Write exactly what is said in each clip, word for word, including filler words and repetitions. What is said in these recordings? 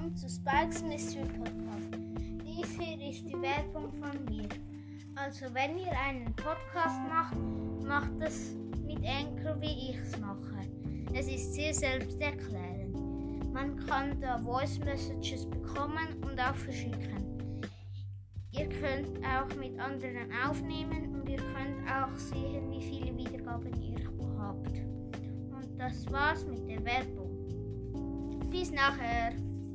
willkommen zu Spikes Mystery Podcast. Dies hier ist die Werbung von mir. Also wenn ihr einen Podcast macht, macht es mit Anchor, wie ich es mache. Es ist sehr selbsterklärend. Man kann da Voice Messages bekommen und auch verschicken. Ihr könnt auch mit anderen aufnehmen und ihr könnt auch sehen, wie viele Wiedergaben ihr habt. Und das war's mit der Werbung. Bis nachher.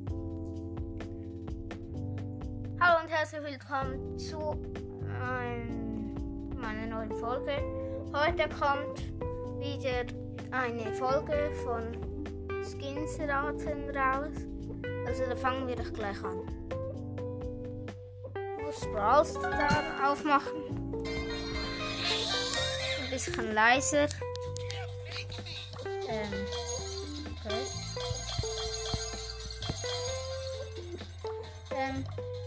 Hallo und herzlich willkommen zu ähm, meiner neuen Folge. Heute kommt wieder eine Folge von Skinsraten raus. Also da fangen wir doch gleich an. Ich muss Brawl Stars aufmachen. Ein bisschen leiser. Ähm, okay. Ähm,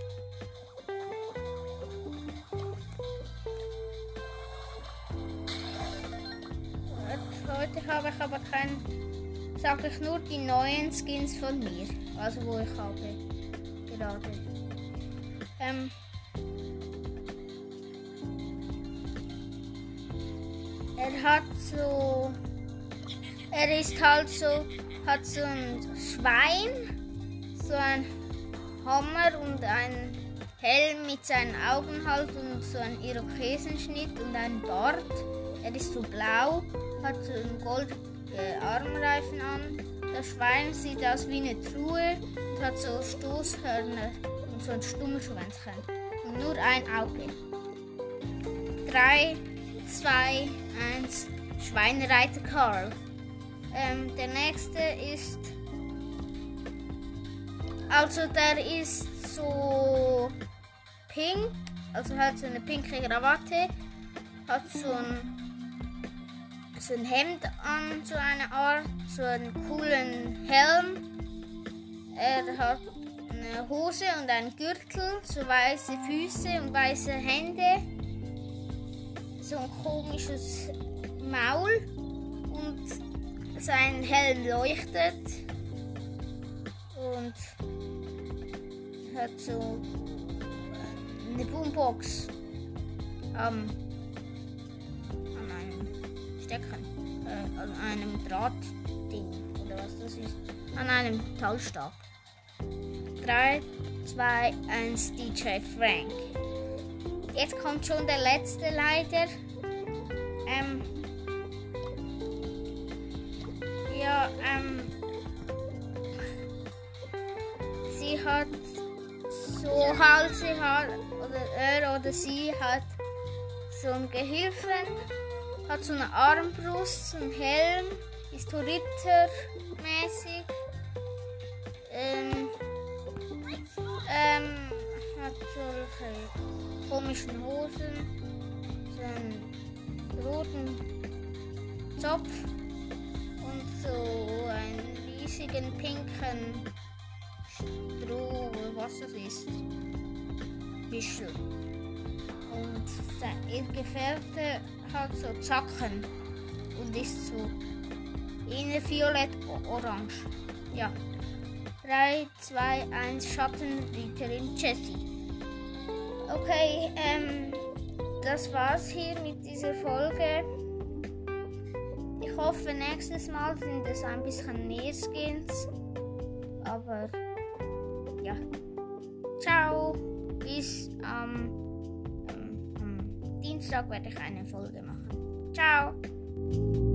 heute habe ich aber kein, sage ich nur die neuen Skins von mir, also wo ich habe gerade. Ähm, er hat so, er ist halt so, hat so ein Schwein, so ein Hammer und ein Helm mit seinen Augen halt und so einen Irokesenschnitt und einen Bart. Er ist so blau, hat so einen goldenen äh, Armreifen an. Das Schwein sieht aus wie eine Truhe und hat so Stoßhörner und so ein Stummelschwänzchen und nur ein Auge. drei, zwei, eins, Schweinereiter Karl. Ähm, der nächste ist Also der ist so pink, also hat so eine pinke Krawatte, hat so ein, so ein Hemd an, so eine Art, so einen coolen Helm. Er hat eine Hose und einen Gürtel, so weiße Füße und weiße Hände, so ein komisches Maul und sein Helm leuchtet. Und hat so eine Boombox ähm, an einem Stecken, äh, an einem Drahtding oder was das ist, an einem Metallstab. drei, zwei, eins, D J Frank. Jetzt kommt schon der letzte leider. Ähm, ja, ähm, Sie hat so halt, sie hat, oder er oder sie hat so einen Gehilfen, hat so eine Armbrust, so einen Helm, ist so rittermäßig, ähm, ähm, hat solche komischen Hosen, so einen roten Zopf und so einen riesigen pinken Stroh, was das ist. Büschel. Und ihr Gefährte hat so Zacken und ist so innen violett-orange. Ja. drei, zwei, eins, Schattenrichterin Jessie. Okay, ähm, das war's hier mit dieser Folge. Ich hoffe, nächstes Mal sind es ein bisschen mehr Skins. Aber ja, ciao, bis ähm, ähm, am Dienstag werde ich eine Folge machen. Ciao.